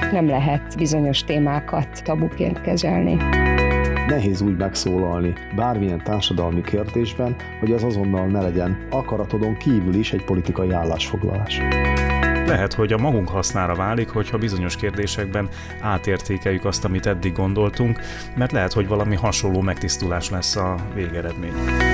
ezért nem lehet bizonyos témákat tabuként kezelni. Nehéz úgy megszólalni bármilyen társadalmi kérdésben, hogy az azonnal ne legyen akaratodon kívül is egy politikai állásfoglalás. Lehet, hogy a magunk hasznára válik, hogyha bizonyos kérdésekben átértékeljük azt, amit eddig gondoltunk, mert lehet, hogy valami hasonló megtisztulás lesz a végeredmény.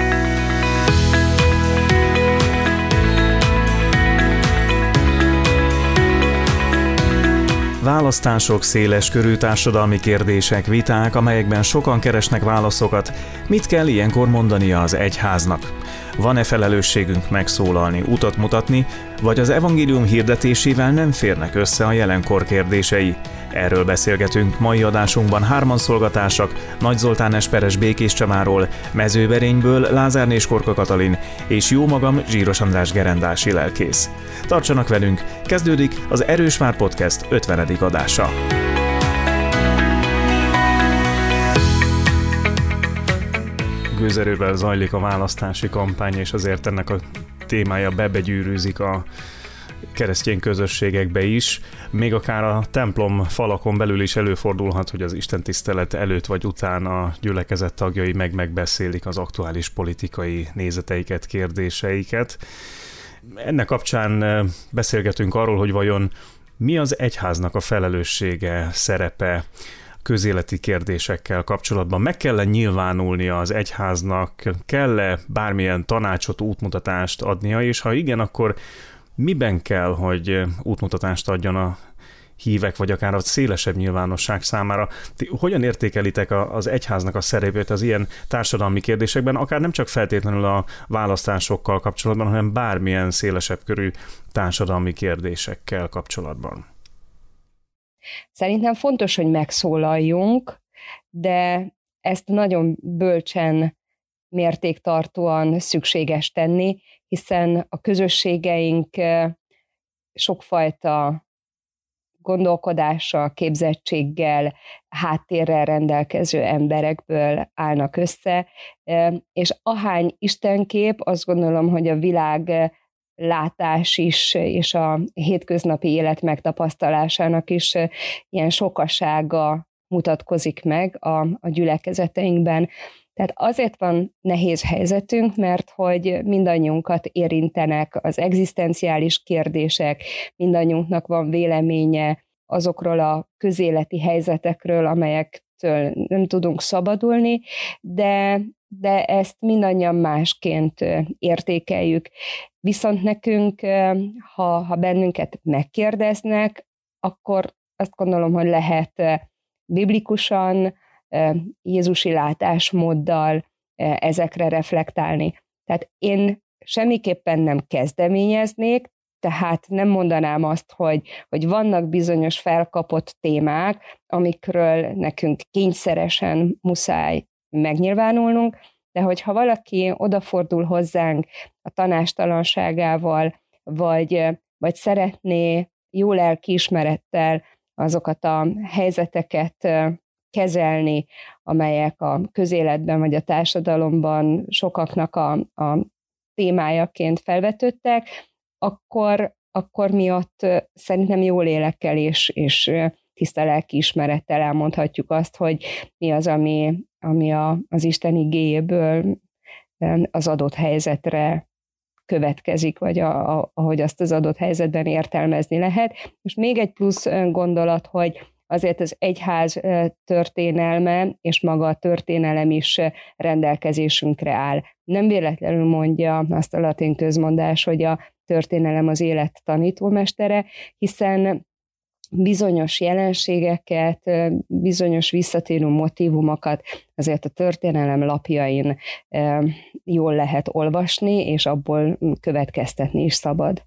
Választások, széleskörű társadalmi kérdések, viták, amelyekben sokan keresnek válaszokat. Mit kell ilyenkor mondania az egyháznak? Van-e felelősségünk megszólalni, utat mutatni, vagy az evangélium hirdetésével nem férnek össze a jelenkor kérdései? Erről beszélgetünk mai adásunkban hármanszolgatársak, Nagy Zoltán Esperes Békés Csamáról, Mezőberényből Lázárné Korka Katalin, és jó magam Zsíros András gerendási lelkész. Tartsanak velünk, kezdődik az Erős Vár Podcast 50. adása. Gőzerővel zajlik a választási kampány, és azért ennek a témája bebegyűrűzik a keresztény közösségekbe is, még akár a templom falakon belül is előfordulhat, hogy az istentisztelet előtt vagy után a gyülekezet tagjai megbeszélik az aktuális politikai nézeteiket, kérdéseiket. Ennek kapcsán beszélgetünk arról, hogy vajon mi az egyháznak a felelőssége, szerepe közéleti kérdésekkel kapcsolatban. Meg kell-e nyilvánulnia az egyháznak, kell-e bármilyen tanácsot, útmutatást adnia, és ha igen, akkor miben kell, hogy útmutatást adjon a hívek, vagy akár a szélesebb nyilvánosság számára? Ti hogyan értékelitek az egyháznak a szerepét az ilyen társadalmi kérdésekben, akár nem csak feltétlenül a választásokkal kapcsolatban, hanem bármilyen szélesebb körű társadalmi kérdésekkel kapcsolatban? Szerintem fontos, hogy megszólaljunk, de ezt nagyon bölcsen, mértéktartóan szükséges tenni, hiszen a közösségeink sokfajta gondolkodással, képzettséggel, háttérrel rendelkező emberekből állnak össze, és ahány istenkép, azt gondolom, hogy a világ látás is, és a hétköznapi élet megtapasztalásának is ilyen sokasága mutatkozik meg a gyülekezeteinkben. Tehát azért van nehéz helyzetünk, mert hogy mindannyiunkat érintenek az egzisztenciális kérdések, mindannyiunknak van véleménye azokról a közéleti helyzetekről, amelyektől nem tudunk szabadulni, de ezt mindannyian másként értékeljük. Viszont nekünk, ha bennünket megkérdeznek, akkor azt gondolom, hogy lehet biblikusan, jézusi látásmóddal ezekre reflektálni. Tehát én semmiképpen nem kezdeményeznék, tehát nem mondanám azt, hogy vannak bizonyos felkapott témák, amikről nekünk kényszeresen muszáj megnyilvánulnunk, de hogyha valaki odafordul hozzánk a tanástalanságával, vagy szeretné jó lelkiismerettel azokat a helyzeteket kezelni, amelyek a közéletben vagy a társadalomban sokaknak a témájaként felvetődtek, akkor mi ott szerintem jó lélekkel és tiszta lelkiismerettel elmondhatjuk azt, hogy mi az, ami az Isten igéjéből az adott helyzetre következik, vagy ahogy azt az adott helyzetben értelmezni lehet. És még egy plusz gondolat, hogy azért az egyház történelme és maga a történelem is rendelkezésünkre áll. Nem véletlenül mondja azt a latin közmondás, hogy a történelem az élet tanítómestere, hiszen bizonyos jelenségeket, bizonyos visszatérő motívumokat azért a történelem lapjain jól lehet olvasni, és abból következtetni is szabad.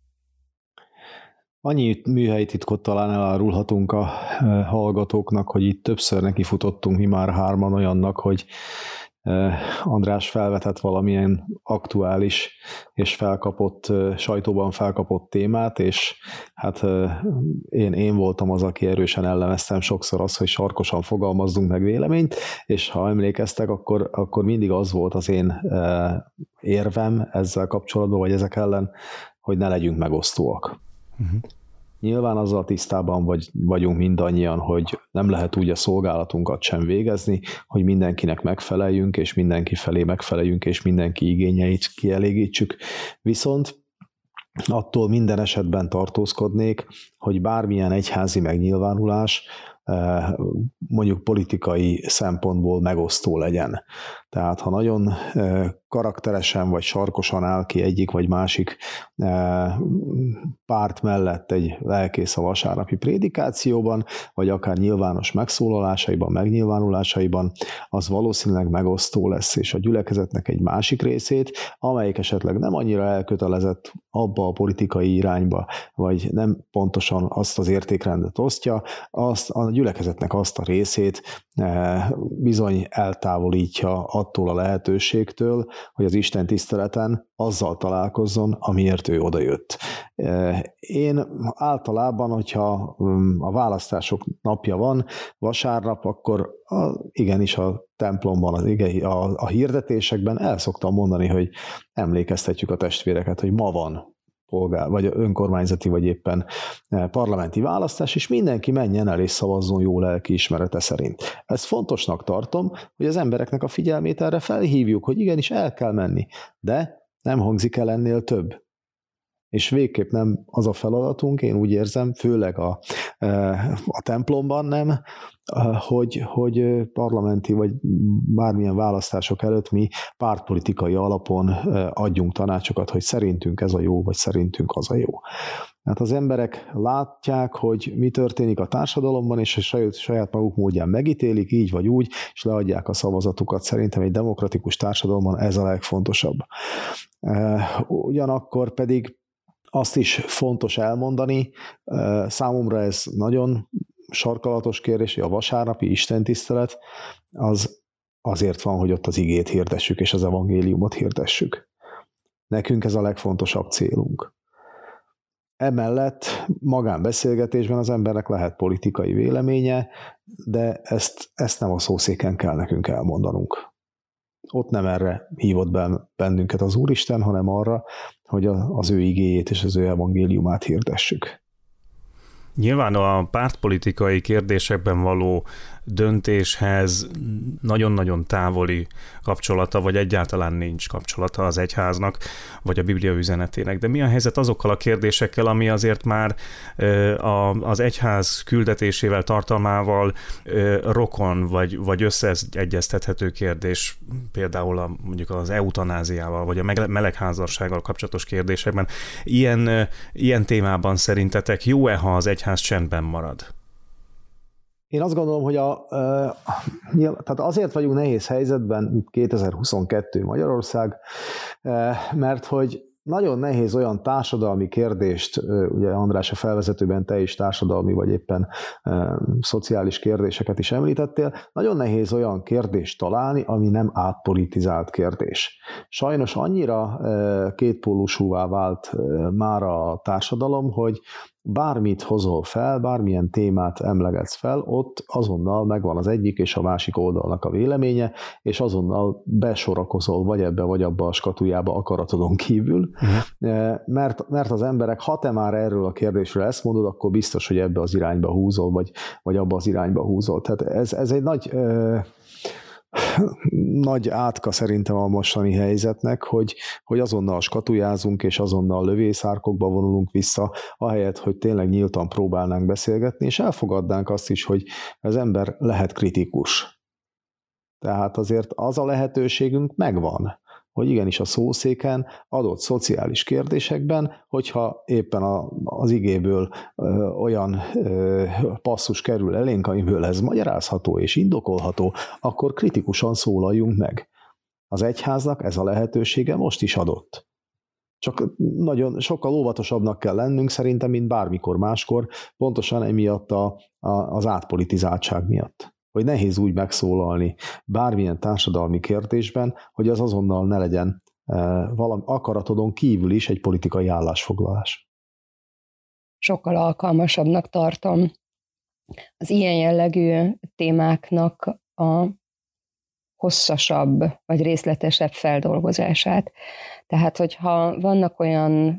Annyi műhelyi titkot talán elárulhatunk a hallgatóknak, hogy itt többször nekifutottunk mi már hárman olyannak, hogy András felvetett valamilyen aktuális és sajtóban felkapott témát, és hát én voltam az, aki erősen elleneztem sokszor azt, hogy sarkosan fogalmazzunk meg véleményt, és ha emlékeztek, akkor mindig az volt az én érvem ezzel kapcsolatban, vagy ezek ellen, hogy ne legyünk megosztóak. Uh-huh. Nyilván azzal tisztában vagyunk mindannyian, hogy nem lehet úgy a szolgálatunkat sem végezni, hogy mindenkinek megfeleljünk, és mindenki felé megfeleljünk, és mindenki igényeit kielégítsük. Viszont attól minden esetben tartózkodnék, hogy bármilyen egyházi megnyilvánulás mondjuk politikai szempontból megosztó legyen. Tehát ha nagyon karakteresen vagy sarkosan áll ki egyik vagy másik párt mellett egy lelkész a vasárnapi prédikációban, vagy akár nyilvános megszólalásaiban, megnyilvánulásaiban, az valószínűleg megosztó lesz, és a gyülekezetnek egy másik részét, amelyik esetleg nem annyira elkötelezett abba a politikai irányba, vagy nem pontosan azt az értékrendet osztja, a gyülekezetnek azt a részét bizony eltávolítja attól a lehetőségtől, hogy az Isten tiszteleten azzal találkozzon, amiért ő odajött. Én általában, hogyha a választások napja van, vasárnap, akkor igenis a templomban, a hirdetésekben el szoktam mondani, hogy emlékeztetjük a testvéreket, hogy ma van vagy önkormányzati, vagy éppen parlamenti választás, és mindenki menjen el és szavazzon jó lelki ismerete szerint. Ezt fontosnak tartom, hogy az embereknek a figyelmét erre felhívjuk, hogy igenis el kell menni, de nem hangzik el ennél több. És végképp nem az a feladatunk, én úgy érzem, főleg a templomban nem, hogy parlamenti vagy bármilyen választások előtt mi pártpolitikai alapon adjunk tanácsokat, hogy szerintünk ez a jó, vagy szerintünk az a jó. Hát az emberek látják, hogy mi történik a társadalomban, és saját maguk módján megítélik, így vagy úgy, és leadják a szavazatukat. Szerintem egy demokratikus társadalomban ez a legfontosabb. Ugyanakkor pedig azt is fontos elmondani, számomra ez nagyon sarkalatos kérdés, hogy a vasárnapi istentisztelet az azért van, hogy ott az igét hirdessük, és az evangéliumot hirdessük. Nekünk ez a legfontosabb célunk. Emellett magánbeszélgetésben az embernek lehet politikai véleménye, de ezt nem a szószéken kell nekünk elmondanunk. Ott nem erre hívott bennünket az Úristen, hanem arra, hogy az ő igéjét és az ő evangéliumát hirdessük. Nyilván a pártpolitikai kérdésekben való döntéshez nagyon-nagyon távoli kapcsolata, vagy egyáltalán nincs kapcsolata az egyháznak, vagy a Biblia üzenetének. De mi a helyzet azokkal a kérdésekkel, ami azért már az egyház küldetésével, tartalmával rokon, vagy összeegyeztethető kérdés, például mondjuk az eutanáziával, vagy a melegházassággal kapcsolatos kérdésekben. Ilyen témában szerintetek jó-e, ha az egyház csendben marad? Én azt gondolom, hogy tehát azért vagyunk nehéz helyzetben, mint 2022 Magyarország, mert hogy nagyon nehéz olyan társadalmi kérdést, ugye András a felvezetőben te is társadalmi vagy éppen szociális kérdéseket is említettél, nagyon nehéz olyan kérdést találni, ami nem átpolitizált kérdés. Sajnos annyira kétpólusúvá vált már a társadalom, hogy bármit hozol fel, bármilyen témát emlegetsz fel, ott azonnal megvan az egyik és a másik oldalnak a véleménye, és azonnal besorakozol vagy ebbe, vagy abba a skatujába akaratodon kívül, mert az emberek, ha te már erről a kérdésről ezt mondod, akkor biztos, hogy ebbe az irányba húzol, vagy abba az irányba húzol. Tehát ez egy nagy átka szerintem a mostani helyzetnek, hogy azonnal skatujázunk, és azonnal lövészárkokba vonulunk vissza, ahelyett, hogy tényleg nyíltan próbálnánk beszélgetni, és elfogadnánk azt is, hogy az ember lehet kritikus. Tehát azért az a lehetőségünk megvan, hogy igenis a szószéken adott szociális kérdésekben, hogyha éppen az igéből olyan passzus kerül elénk, amiből ez magyarázható és indokolható, akkor kritikusan szólaljunk meg. Az egyháznak ez a lehetősége most is adott. Csak nagyon sokkal óvatosabbnak kell lennünk szerintem, mint bármikor máskor, pontosan emiatt az átpolitizáltság miatt. Hogy nehéz úgy megszólalni bármilyen társadalmi kérdésben, hogy az azonnal ne legyen valami akaratodon kívül is egy politikai állásfoglalás. Sokkal alkalmasabbnak tartom az ilyen jellegű témáknak a hosszasabb vagy részletesebb feldolgozását. Tehát, hogyha vannak olyan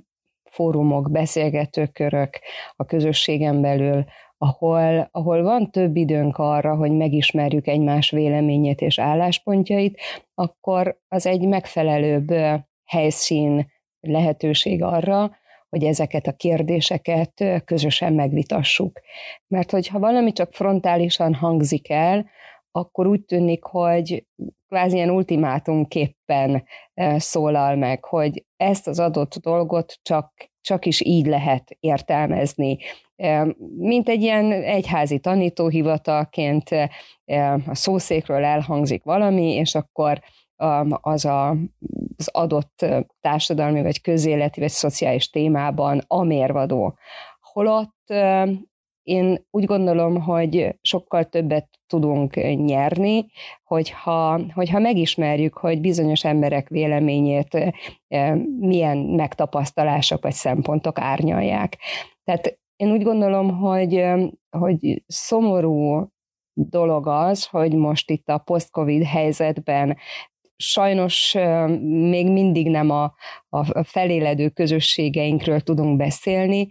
fórumok, beszélgetőkörök a közösségen belül, ahol van több időnk arra, hogy megismerjük egymás véleményét és álláspontjait, akkor az egy megfelelőbb helyszín, lehetőség arra, hogy ezeket a kérdéseket közösen megvitassuk. Mert hogyha valami csak frontálisan hangzik el, akkor úgy tűnik, hogy kvázi ilyen ultimátumképpen szólal meg, hogy ezt az adott dolgot csak is így lehet értelmezni. Mint egy ilyen egyházi tanítóhivatalként a szószékről elhangzik valami, és akkor az adott társadalmi, vagy közéleti, vagy szociális témában a mérvadó. Holott én úgy gondolom, hogy sokkal többet tudunk nyerni, hogyha megismerjük, hogy bizonyos emberek véleményét milyen megtapasztalások vagy szempontok árnyalják. Tehát én úgy gondolom, hogy szomorú dolog az, hogy most itt a post-covid helyzetben sajnos még mindig nem a feléledő közösségeinkről tudunk beszélni.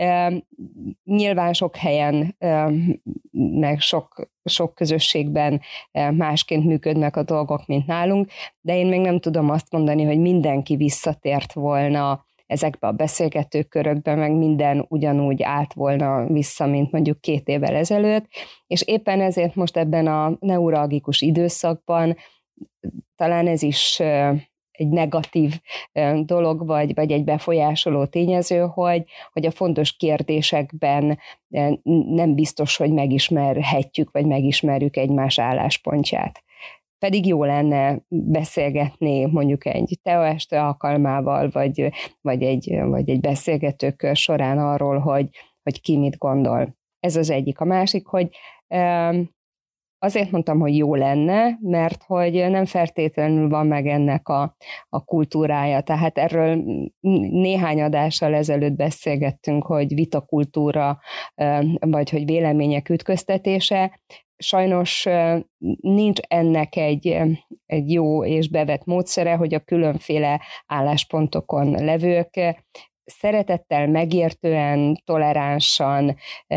Nyilván sok helyen, meg sok közösségben másként működnek a dolgok, mint nálunk, de én még nem tudom azt mondani, hogy mindenki visszatért volna ezekbe a beszélgetőkörökbe, meg minden ugyanúgy állt volna vissza, mint mondjuk 2 évvel ezelőtt, és éppen ezért most ebben a neuralgikus időszakban talán ez is egy negatív dolog, vagy egy befolyásoló tényező, hogy a fontos kérdésekben nem biztos, hogy megismerhetjük, vagy megismerjük egymás álláspontját. Pedig jó lenne beszélgetni mondjuk egy teaeste alkalmával, vagy egy beszélgetőkör során arról, hogy ki mit gondol. Ez az egyik. A másik, hogy azért mondtam, hogy jó lenne, mert hogy nem feltétlenül van meg ennek a kultúrája. Tehát erről néhány adással ezelőtt beszélgettünk, hogy vitakultúra, vagy hogy vélemények ütköztetése. Sajnos nincs ennek egy jó és bevett módszere, hogy a különféle álláspontokon levők szeretettel, megértően, toleránsan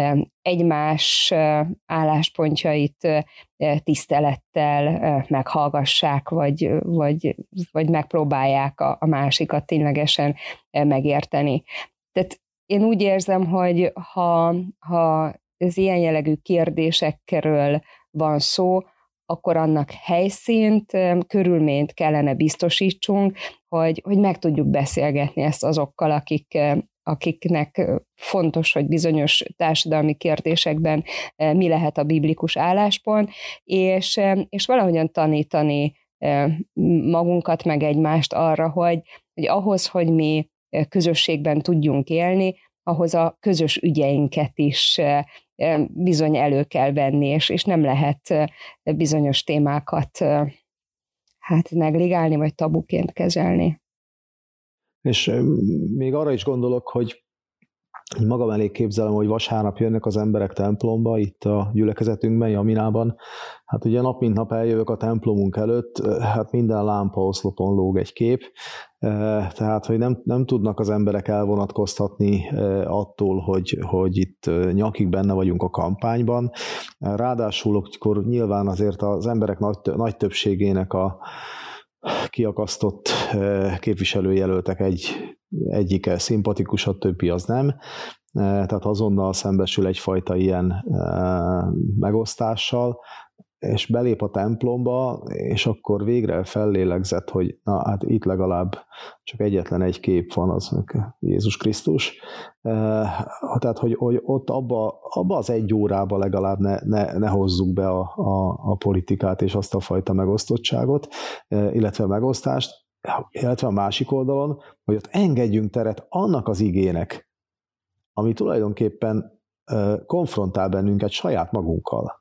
egymás álláspontjait tisztelettel meghallgassák, vagy megpróbálják a másikat ténylegesen megérteni. Tehát én úgy érzem, hogy ha az ilyen jellegű kérdésekről van szó, akkor annak helyszínt, körülményt kellene biztosítsunk, hogy meg tudjuk beszélgetni ezt azokkal, akiknek fontos, hogy bizonyos társadalmi kérdésekben mi lehet a biblikus álláspont, és valahogyan tanítani magunkat meg egymást arra, hogy ahhoz, hogy mi közösségben tudjunk élni, ahhoz a közös ügyeinket is bizony elő kell venni, és nem lehet bizonyos témákat negligálni, vagy tabuként kezelni. És még arra is gondolok, hogy magam elé képzelem, hogy vasárnap jönnek az emberek templomba, itt a gyülekezetünkben, Jaminában. Hát ugye nap mint nap eljövök a templomunk előtt, hát minden lámpaoszlopon lóg egy kép, tehát hogy nem tudnak az emberek elvonatkoztatni attól, hogy itt nyakig benne vagyunk a kampányban. Ráadásul akkor nyilván azért az emberek nagy többségének a kiakasztott képviselőjelöltek egyike szimpatikus, a többi az nem. Tehát azonnal szembesül egyfajta ilyen megosztással, és belép a templomba, és akkor végre fellélegzett, hogy na hát itt legalább csak egyetlen egy kép van, az Jézus Krisztus. Tehát, hogy ott abba az 1 órába legalább ne hozzuk be a politikát és azt a fajta megosztottságot, illetve megosztást, illetve a másik oldalon, hogy ott engedjünk teret annak az igének, ami tulajdonképpen konfrontál bennünket saját magunkkal.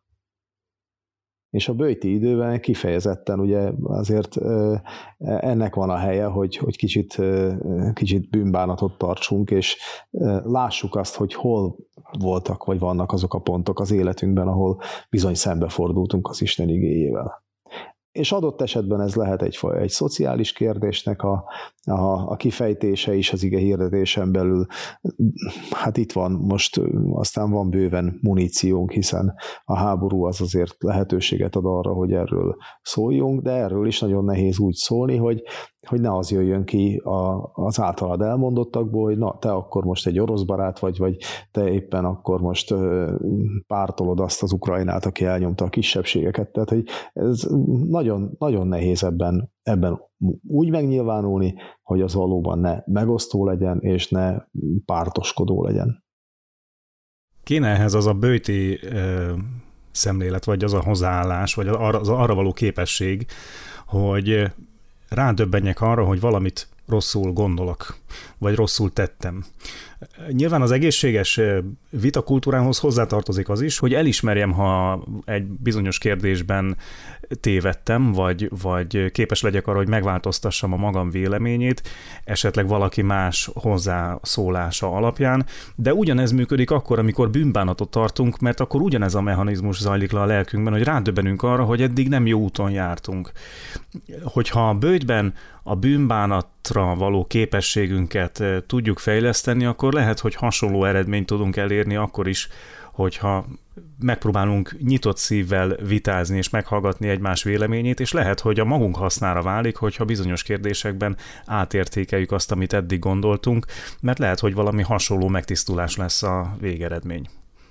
És a böjti időben kifejezetten ugye azért ennek van a helye, hogy kicsit bűnbánatot tartsunk, és lássuk azt, hogy hol voltak, vagy vannak azok a pontok az életünkben, ahol bizony szembefordultunk az Isten igéjével. és adott esetben ez lehet egy szociális kérdésnek a kifejtése is az ige hirdetésen belül. Hát itt van most, aztán van bőven muníciónk, hiszen a háború az azért lehetőséget ad arra, hogy erről szóljunk, de erről is nagyon nehéz úgy szólni, hogy ne az jöjjön ki az általad elmondottakból, hogy na, te akkor most egy orosz barát vagy te éppen akkor most pártolod azt az Ukrajnát, aki elnyomta a kisebbségeket. Tehát, hogy ez nagyon, nagyon nehéz ebben úgy megnyilvánulni, hogy az valóban ne megosztó legyen, és ne pártoskodó legyen. Kéne ehhez az a böjti szemlélet, vagy az a hozzáállás, vagy az arra való képesség, hogy rádöbbenjek arra, hogy valamit rosszul gondolok, vagy rosszul tettem. Nyilván az egészséges vitakultúrához hozzátartozik az is, hogy elismerjem, ha egy bizonyos kérdésben tévedtem, vagy képes legyek arra, hogy megváltoztassam a magam véleményét, esetleg valaki más hozzászólása alapján, de ugyanez működik akkor, amikor bűnbánatot tartunk, mert akkor ugyanez a mechanizmus zajlik le a lelkünkben, hogy rádöbbenünk arra, hogy eddig nem jó úton jártunk. Hogyha a böjtben a bűnbánatra való képességünket tudjuk fejleszteni, akkor lehet, hogy hasonló eredményt tudunk elérni akkor is, hogyha megpróbálunk nyitott szívvel vitázni és meghallgatni egymás véleményét, és lehet, hogy a magunk hasznára válik, hogyha bizonyos kérdésekben átértékeljük azt, amit eddig gondoltunk, mert lehet, hogy valami hasonló megtisztulás lesz a végeredmény.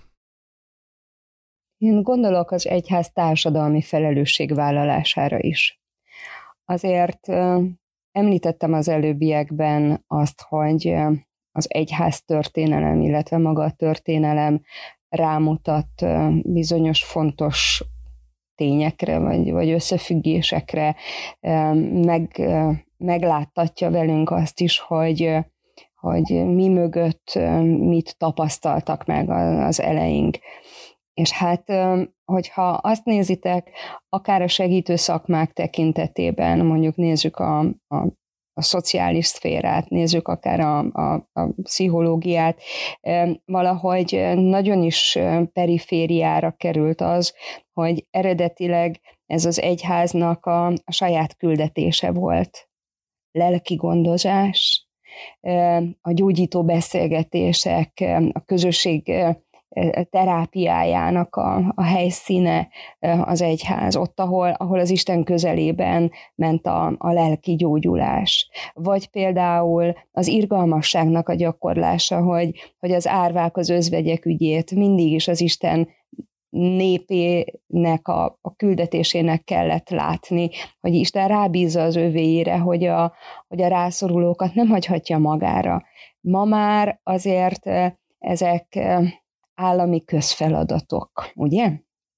Én gondolok az egyház társadalmi felelősségvállalására is. Azért említettem az előbbiekben azt, hogy az egyház történelem, illetve maga a történelem rámutat bizonyos fontos tényekre, vagy összefüggésekre, megláttatja velünk azt is, hogy mi mögött mit tapasztaltak meg az eleink. És hát, hogyha azt nézitek, akár a segítő szakmák tekintetében, mondjuk nézzük a szociális szférát, nézzük akár a pszichológiát, valahogy nagyon is perifériára került az, hogy eredetileg ez az egyháznak a saját küldetése volt. Lelki gondozás, a gyógyító beszélgetések, a közösség terápiájának a helyszíne az egyház, ott, ahol az Isten közelében ment a lelki gyógyulás. Vagy például az irgalmasságnak a gyakorlása, hogy az árvák, az özvegyek ügyét mindig is az Isten népének a küldetésének kellett látni, hogy Isten rábízza az övéire, hogy a rászorulókat nem hagyhatja magára. Ma már azért ezek állami közfeladatok, ugye?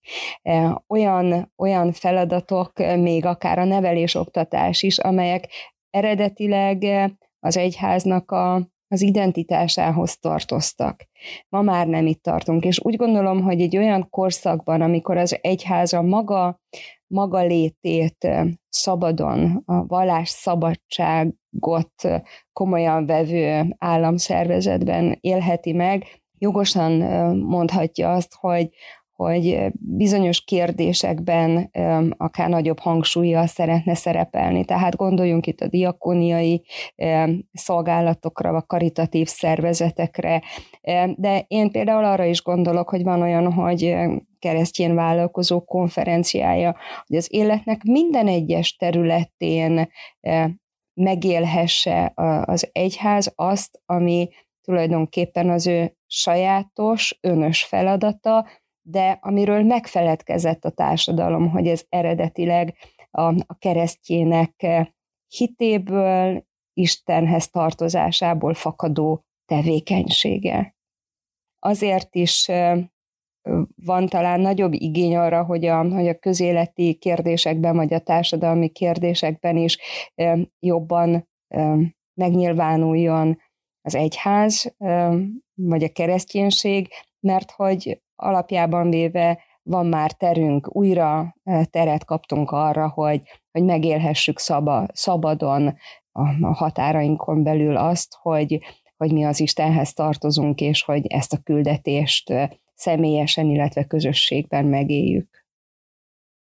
Olyan feladatok, még akár a nevelés-oktatás is, amelyek eredetileg az egyháznak az identitásához tartoztak. Ma már nem itt tartunk, és úgy gondolom, hogy egy olyan korszakban, amikor az egyház a maga létét szabadon, a vallásszabadságot komolyan vevő államszervezetben élheti meg, jogosan mondhatja azt, hogy bizonyos kérdésekben akár nagyobb hangsúllyal szeretne szerepelni. Tehát gondoljunk itt a diakóniai szolgálatokra, a karitatív szervezetekre, de én például arra is gondolok, hogy van olyan, hogy keresztény vállalkozók konferenciája, hogy az életnek minden egyes területén megélhesse az egyház azt, ami tulajdonképpen az ő sajátos, önös feladata, de amiről megfeledkezett a társadalom, hogy ez eredetileg a keresztjének hitéből, Istenhez tartozásából fakadó tevékenysége. Azért is van talán nagyobb igény arra, hogy a közéleti kérdésekben, vagy a társadalmi kérdésekben is jobban megnyilvánuljon az egyház, vagy a kereszténység, mert hogy alapjában véve van már terünk, újra teret kaptunk arra, hogy megélhessük szabadon a határainkon belül azt, hogy mi az Istenhez tartozunk, és hogy ezt a küldetést személyesen, illetve közösségben megéljük.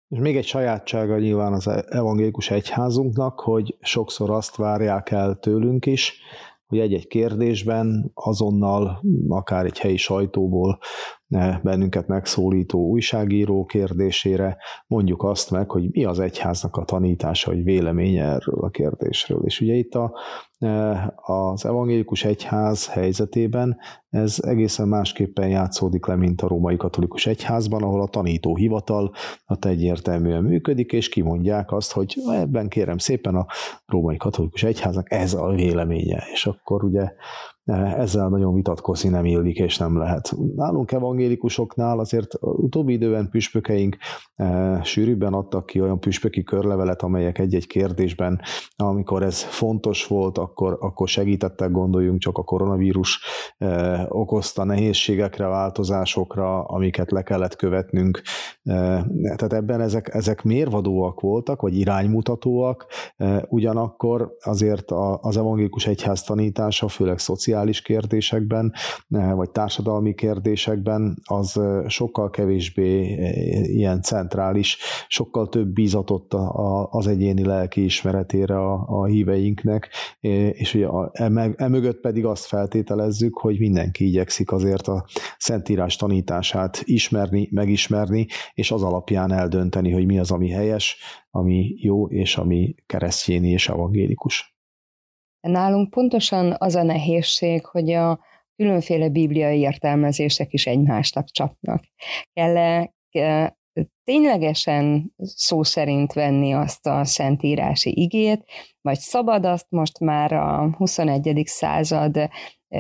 És még egy sajátsága nyilván az evangélikus egyházunknak, hogy sokszor azt várják el tőlünk is, hogy egy-egy kérdésben azonnal, akár egy helyi sajtóból bennünket megszólító újságíró kérdésére mondjuk azt meg, hogy mi az egyháznak a tanítása, vagy véleménye erről a kérdésről. És ugye itt az evangélikus egyház helyzetében ez egészen másképpen játszódik le, mint a római katolikus egyházban, ahol a tanítóhivatal egyértelműen működik, és kimondják azt, hogy ebben kérem szépen a római katolikus egyháznak ez a véleménye, és akkor ugye ezzel nagyon vitatkozni nem illik, és nem lehet. Nálunk evangélikusoknál azért utóbbi időben püspökeink sűrűbben adtak ki olyan püspöki körlevelet, amelyek egy-egy kérdésben, amikor ez fontos volt, akkor segítettek, gondoljunk csak a koronavírus okozta nehézségekre, változásokra, amiket le kellett követnünk. Tehát ebben ezek mérvadóak voltak, vagy iránymutatóak, ugyanakkor azért az evangélikus egyház tanítása, főleg szociális kérdésekben, vagy társadalmi kérdésekben az sokkal kevésbé ilyen centrális, sokkal több bízatott az egyéni lelki ismeretére a híveinknek, és ugye emögött pedig azt feltételezzük, hogy mindenki igyekszik azért a Szentírás tanítását ismerni, megismerni, és az alapján eldönteni, hogy mi az, ami helyes, ami jó, és ami keresztjéni és evangélikus. Nálunk pontosan az a nehézség, hogy a különféle bibliai értelmezések is egymásnak csapnak. Kell ténylegesen szó szerint venni azt a szentírási igét, vagy szabad azt most már a 21. század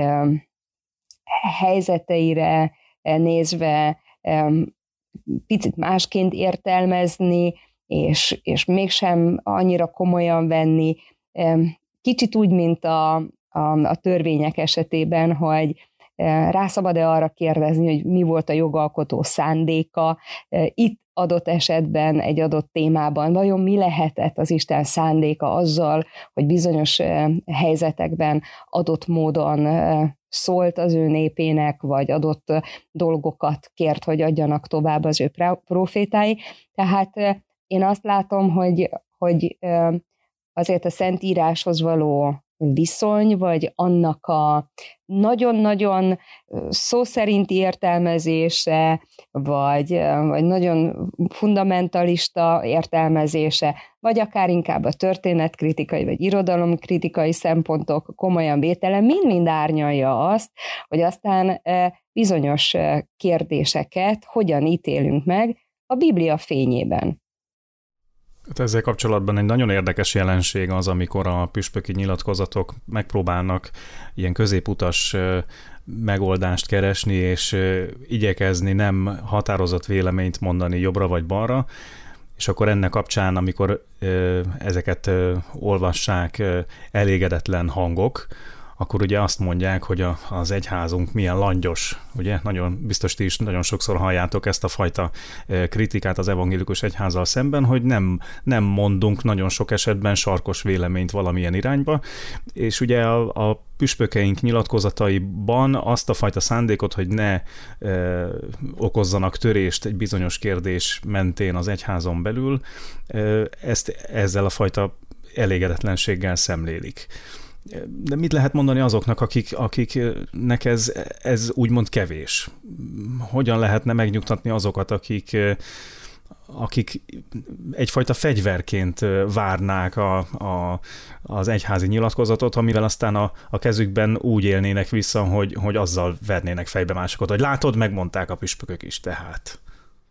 helyzeteire nézve picit másként értelmezni, és mégsem annyira komolyan venni. Kicsit úgy, mint a törvények esetében, hogy rá szabad-e arra kérdezni, hogy mi volt a jogalkotó szándéka itt adott esetben, egy adott témában, vajon mi lehetett az Isten szándéka azzal, hogy bizonyos helyzetekben adott módon szólt az ő népének, vagy adott dolgokat kért, hogy adjanak tovább az ő profétái. Tehát én azt látom, hogy azért a Szentíráshoz való viszony, vagy annak a nagyon-nagyon szó szerinti értelmezése, vagy nagyon fundamentalista értelmezése, vagy akár inkább a történetkritikai, vagy irodalomkritikai szempontok komolyan vétele mind-mind árnyalja azt, hogy aztán bizonyos kérdéseket hogyan ítélünk meg a Biblia fényében. Ezzel kapcsolatban egy nagyon érdekes jelenség az, amikor a püspöki nyilatkozatok megpróbálnak ilyen középutas megoldást keresni, és igyekezni nem határozott véleményt mondani jobbra vagy balra, és akkor ennek kapcsán, amikor ezeket olvassák elégedetlen hangok, akkor ugye azt mondják, hogy az egyházunk milyen langyos, ugye? Nagyon biztos ti is nagyon sokszor halljátok ezt a fajta kritikát az evangélikus egyházzal szemben, hogy nem mondunk nagyon sok esetben sarkos véleményt valamilyen irányba, és ugye a püspökeink nyilatkozataiban azt a fajta szándékot, hogy ne okozzanak törést egy bizonyos kérdés mentén az egyházon belül, ezzel a fajta elégedetlenséggel szemlélik. De mit lehet mondani azoknak, akiknek ez úgymond kevés? Hogyan lehetne megnyugtatni azokat, akik egyfajta fegyverként várnák az egyházi nyilatkozatot, amivel aztán a kezükben úgy élnének vissza, hogy azzal vernének fejbe másokat, hogy látod, megmondták a püspökök is tehát.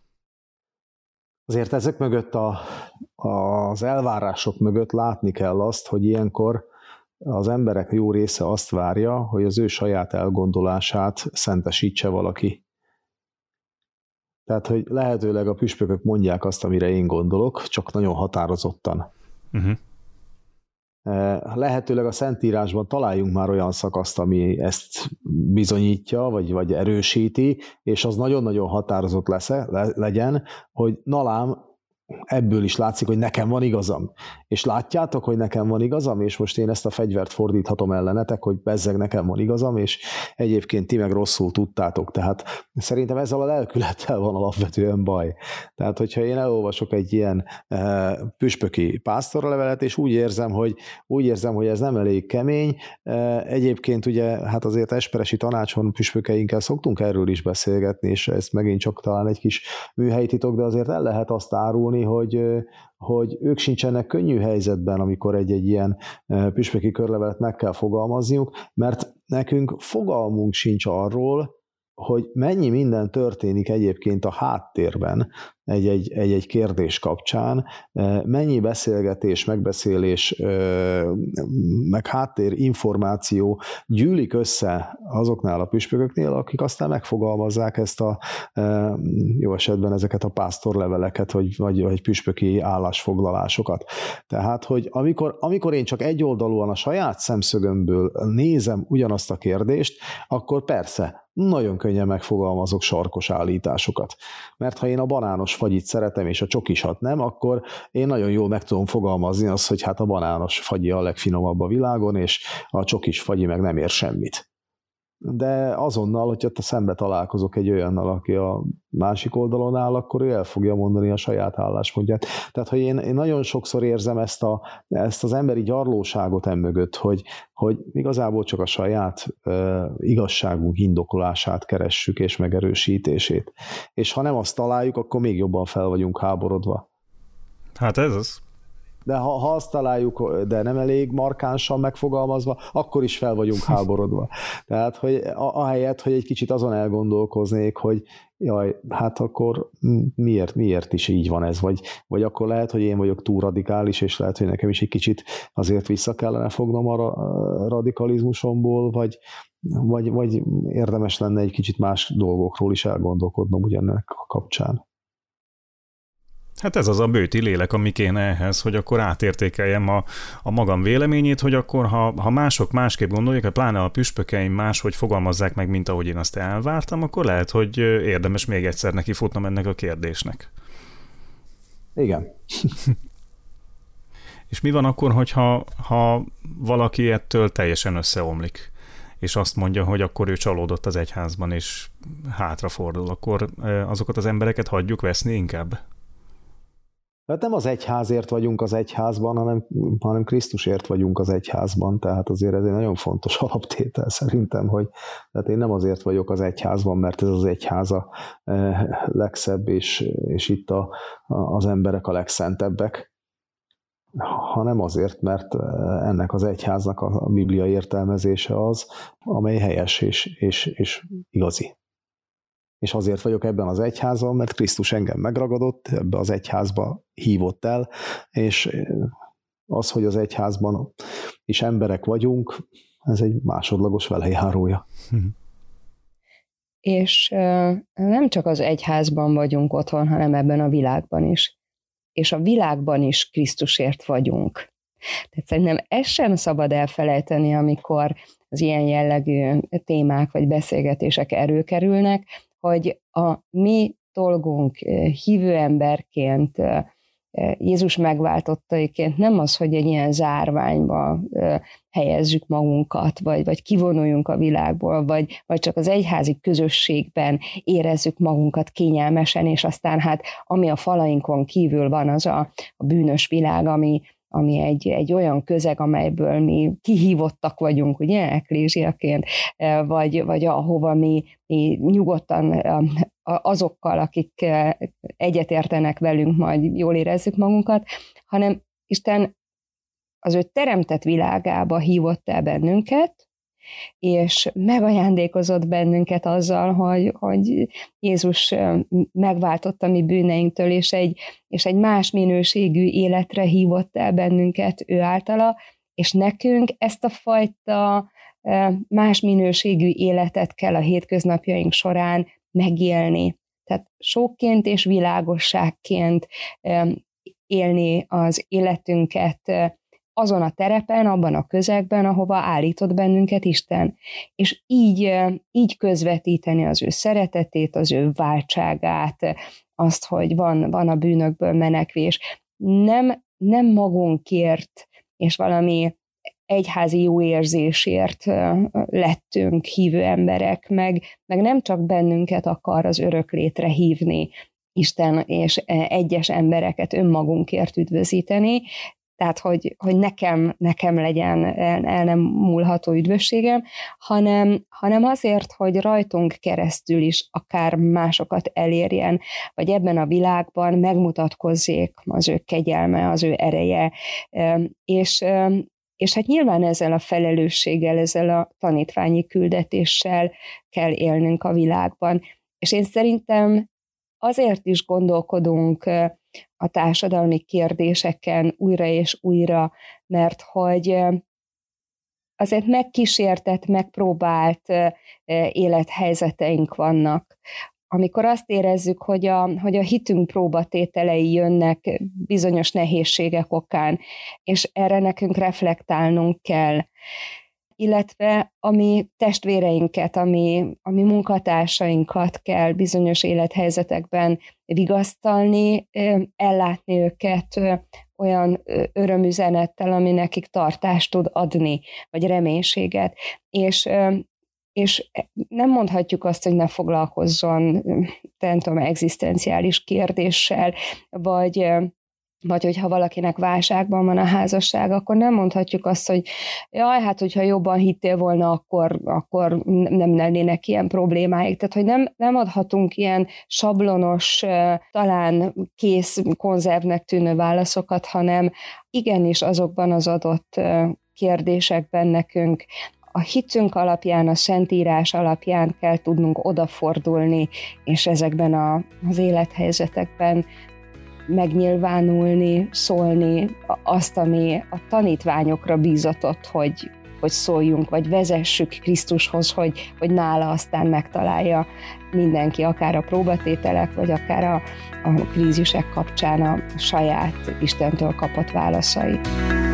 Azért ezek mögött az elvárások mögött látni kell azt, hogy ilyenkor az emberek jó része azt várja, hogy az ő saját elgondolását szentesítse valaki. Tehát, hogy lehetőleg a püspökök mondják azt, amire én gondolok, csak nagyon határozottan. Uh-huh. Lehetőleg a Szentírásban találjunk már olyan szakaszt, ami ezt bizonyítja, vagy erősíti, és az nagyon-nagyon határozott legyen, hogy na lám, ebből is látszik, hogy nekem van igazam. És látjátok, hogy nekem van igazam, és most én ezt a fegyvert fordíthatom ellenetek, hogy bezzeg nekem van igazam, és egyébként ti meg rosszul tudtátok. Tehát szerintem ezzel a lelkülettel van alapvetően baj. Tehát, hogyha én elolvasok egy ilyen püspöki pásztorlevelet, és úgy érzem, hogy ez nem elég kemény. Egyébként ugye, hát azért esperesi tanácson püspökeinkkel szoktunk erről is beszélgetni, és ez megint csak talán egy kis műhelytitok, de azért el lehet azt árulni, hogy ők sincsenek könnyű helyzetben, amikor egy ilyen püspöki körlevelet meg kell fogalmazniuk, mert nekünk fogalmunk sincs arról, hogy mennyi minden történik egyébként a háttérben egy kérdés kapcsán, mennyi beszélgetés, megbeszélés, meg háttérinformáció gyűlik össze azoknál a püspököknél, akik aztán megfogalmazzák ezt a jó esetben ezeket a pásztorleveleket, vagy püspöki állásfoglalásokat. Tehát, hogy amikor én csak egyoldalúan a saját szemszögömből nézem ugyanazt a kérdést, akkor persze, nagyon könnyen megfogalmazok sarkos állításokat. Mert ha én a banános fagyit szeretem, és a csokisat nem, akkor én nagyon jól meg tudom fogalmazni azt, hogy hát a banános fagyi a legfinomabb a világon, és a csokis fagyi meg nem ér semmit. De azonnal, hogyha szembe találkozok egy olyannal, aki a másik oldalon áll, akkor ő el fogja mondani a saját álláspontját. Tehát, hogy én nagyon sokszor érzem ezt az emberi gyarlóságot emögött, hogy igazából csak a saját igazságunk indokolását keressük és megerősítését. És ha nem azt találjuk, akkor még jobban fel vagyunk háborodva. Hát ez az. De ha azt találjuk, de nem elég markánsan megfogalmazva, akkor is fel vagyunk háborodva. Tehát, hogy ahelyett, hogy egy kicsit azon elgondolkoznék, hogy jaj, hát akkor miért is így van ez, vagy akkor lehet, hogy én vagyok túl radikális, és lehet, hogy nekem is egy kicsit azért vissza kellene fognom a radikalizmusomból, vagy érdemes lenne egy kicsit más dolgokról is elgondolkodnom ugyanennek a kapcsán. Hát ez az a bőti lélek, ami kéne ehhez, hogy akkor átértékeljem a magam véleményét, hogy akkor ha mások másképp gondolják, pláne a püspökeim máshogy fogalmazzák meg, mint ahogy én azt elvártam, akkor lehet, hogy érdemes még egyszer neki futnom ennek a kérdésnek. Igen. És mi van akkor, hogyha valaki ettől teljesen összeomlik, és azt mondja, hogy akkor ő csalódott az egyházban, és hátrafordul, akkor azokat az embereket hagyjuk veszni inkább? Hát nem az egyházért vagyunk az egyházban, hanem Krisztusért vagyunk az egyházban, tehát azért ez egy nagyon fontos alaptétel szerintem, hogy tehát én nem azért vagyok az egyházban, mert ez az egyház a legszebb, és itt az emberek a legszentebbek, hanem azért, mert ennek az egyháznak a Biblia értelmezése az, amely helyes és igazi. És azért vagyok ebben az egyházban, mert Krisztus engem megragadott, ebbe az egyházba hívott el, és az, hogy az egyházban is emberek vagyunk, ez egy másodlagos velejárója. És nem csak az egyházban vagyunk otthon, hanem ebben a világban is. És a világban is Krisztusért vagyunk. Tehát szerintem ezt sem szabad elfelejteni, amikor az ilyen jellegű témák vagy beszélgetések előkerülnek, hogy a mi dolgunk hívő emberként, Jézus megváltottaiként nem az, hogy egy ilyen zárványba helyezzük magunkat, vagy kivonuljunk a világból, vagy csak az egyházi közösségben érezzük magunkat kényelmesen, és aztán hát ami a falainkon kívül van, az a bűnös világ, ami egy olyan közeg, amelyből mi kihívottak vagyunk, ugye, eklézsiaként, vagy ahova mi nyugodtan azokkal, akik egyetértenek velünk, majd jól érezzük magunkat, hanem Isten az ő teremtett világába hívott el bennünket, és megajándékozott bennünket azzal, hogy Jézus megváltotta mi bűneinktől, és egy más minőségű életre hívott el bennünket ő általa, és nekünk ezt a fajta más minőségű életet kell a hétköznapjaink során megélni. Tehát sokként és világosságként élni az életünket azon a terepen, abban a közegben, ahova állított bennünket Isten. És így közvetíteni az ő szeretetét, az ő váltságát, azt, hogy van a bűnökből menekvés. Nem magunkért, és valami egyházi jó érzésért lettünk hívő emberek, meg nem csak bennünket akar az öröklétre hívni Isten, és egyes embereket önmagunkért üdvözíteni, tehát, hogy nekem legyen el nem múlható üdvösségem, hanem azért, hogy rajtunk keresztül is akár másokat elérjen, vagy ebben a világban megmutatkozzék az ő kegyelme, az ő ereje, és hát nyilván ezzel a felelősséggel, ezzel a tanítványi küldetéssel kell élnünk a világban. És én szerintem azért is gondolkodunk a társadalmi kérdéseken újra és újra, mert hogy azért megkísértett, megpróbált élethelyzeteink vannak. Amikor azt érezzük, hogy a hitünk próbatételei jönnek bizonyos nehézségek okán, és erre nekünk reflektálnunk kell, illetve ami testvéreinket, ami munkatársainkat kell bizonyos élethelyzetekben vigasztalni, ellátni őket olyan örömüzenettel, ami nekik tartást tud adni, vagy reménységet. És nem mondhatjuk azt, hogy ne foglalkozzon, nem tudom, egzisztenciális kérdéssel, vagy hogyha valakinek válságban van a házasság, akkor nem mondhatjuk azt, hogy jaj, hát hogyha jobban hittél volna, akkor nem lennének ilyen problémáik. Tehát, hogy nem adhatunk ilyen sablonos, talán kész konzervnek tűnő válaszokat, hanem igenis azokban az adott kérdésekben nekünk a hitünk alapján, a Szentírás alapján kell tudnunk odafordulni, és ezekben az élethelyzetekben megnyilvánulni, szólni azt, ami a tanítványokra bízatott, hogy szóljunk, vagy vezessük Krisztushoz, hogy nála aztán megtalálja mindenki, akár a próbatételek, vagy akár a krízisek kapcsán a saját Istentől kapott válaszait.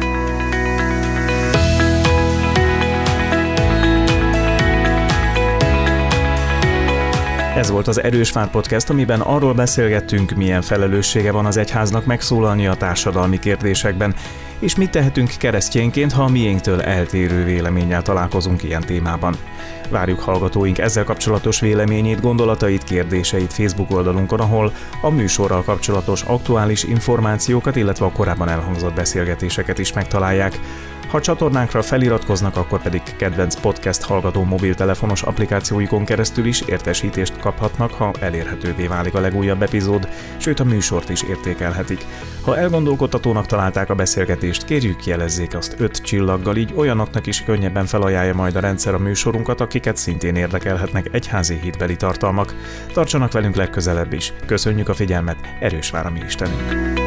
Ez volt az Erős Vár Podcast, amiben arról beszélgettünk, milyen felelőssége van az egyháznak megszólalni a társadalmi kérdésekben, és mit tehetünk keresztényként, ha a miénktől eltérő véleménnyel találkozunk ilyen témában. Várjuk hallgatóink ezzel kapcsolatos véleményét, gondolatait, kérdéseit Facebook oldalunkon, ahol a műsorral kapcsolatos aktuális információkat, illetve a korábban elhangzott beszélgetéseket is megtalálják. Ha csatornánkra feliratkoznak, akkor pedig kedvenc podcast hallgató mobiltelefonos applikációikon keresztül is értesítést kaphatnak, ha elérhetővé válik a legújabb epizód, sőt a műsort is értékelhetik. Ha elgondolkodtatónak találták a beszélgetést, kérjük jelezzék azt 5 csillaggal, így olyanoknak is könnyebben felajánlja majd a rendszer a műsorunkat, akiket szintén érdekelhetnek egyházi hitbeli tartalmak. Tartsanak velünk legközelebb is. Köszönjük a figyelmet, erős vár a mi Istenünk!